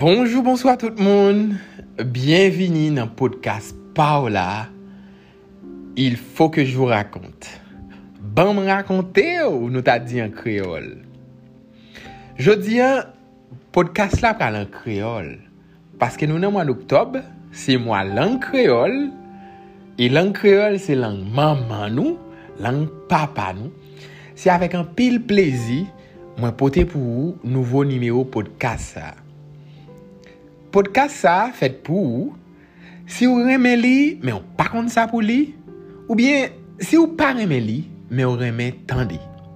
Bonjour, bonsoir tout le monde. Bienvenue dans le podcast Paola. Il faut que je vous raconte. Bon me raconter ou nous t'a dit en créole. Je dis podcast là parle en créole parce que nous sommes en mois d'octobre, c'est mois langue créole et langue créole c'est langue maman nous, langue papa nous. C'est avec un pile plaisir moi porter pour vous nouveau numéro podcast ça. Podcast ça fait pour vous. Si vous aimez li, mais on pas contre ça pour li, ou bien si vous pas aimez li, mais on aimez tandi.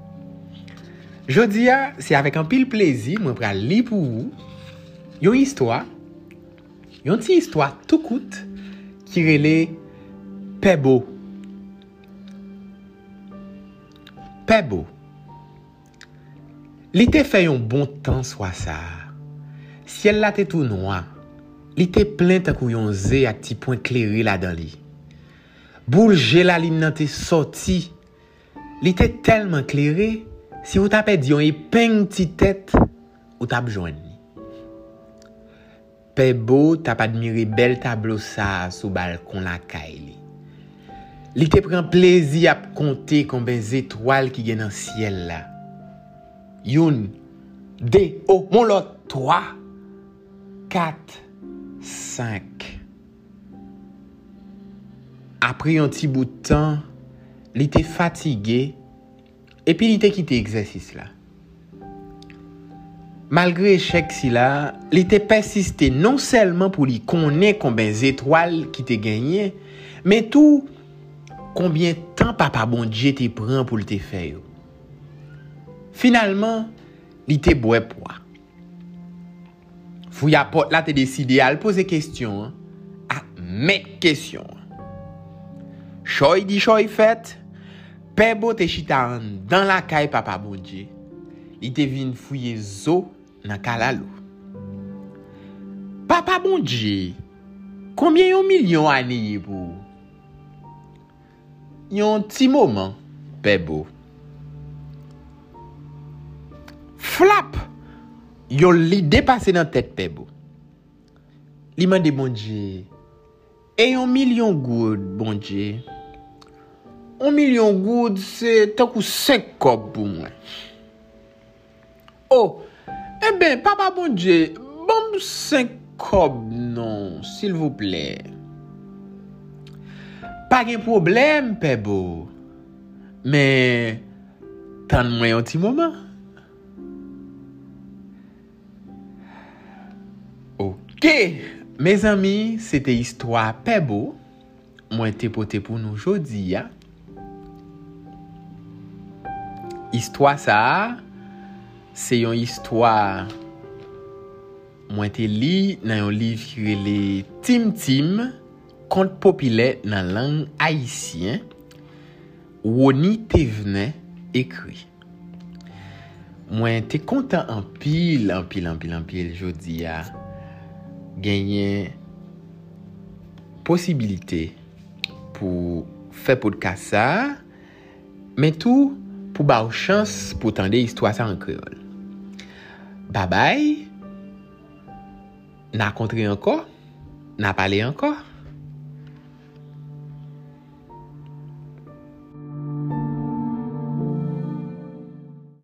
Jodi a, c'est avec un pile plaisir moi pral li pour vous. Une histoire. Une petite histoire tout coûte qui relait Pebo. Pebo. Li te fait un bon temps soit ça. Ciel là t'est tout noir. Li te plein tant kou yon zé ak ti point clairé là dans li. Boule la li nan te sorti. Li te tellement clairé, si vous tapez di yon épingle ti tête, ou tap joindre li. Pebo tap admiré bel tableau ça sous balcon la kay li. Li te prend plaisir à compter combien étoiles qui gen dans ciel là. Youn, deux, oh, mon lot, 3, 4, 5. Après un petit bout de temps, il était fatigué et puis il était quitté l'exercice là. Malgré l'échec si là, il était persisté non seulement pour lui connaître combien d'étoiles qui te gagné, mais tout combien de temps papa bon Dieu te prend pour le te faire. Finalement, il était bois poids. Fouya porte là te décidé à poser question, à mettre question. Choy dit choy fait, Pebo te chita dans la caille papa bon Dieu. Il te vinn fouiller zo dans kalalo. Papa bon Dieu, combien yon million année pour? Yon petit moment, Pebo. Flap! Yon l'idée passé dans tête Pebo. Li mande bon Dieu. Et 1 million goud, bon Dieu. 1 million goud, c'est tant que 5 cob pour moi. Oh, eh ben, papa bon Dieu, bon 5 cob non, s'il vous plaît. Pas de problème, Pebo. Mais, tande-moi un petit moment. Ok, mes amis, c'était histoire Pebo. Moi te pote pour nous aujourd'hui. Histoire ça, c'est une histoire moi te li dans un livre qui relè Tim Tim, conte populaire dans langue haïtien. Woni te vene écrit. Moi te content en pile jodi a gagner possibilité pour faire podcast ça, mais tout pour ba chance pour tendre histoire ça en créole. Bye bye. N'a rencontré encore, n'a parlé encore.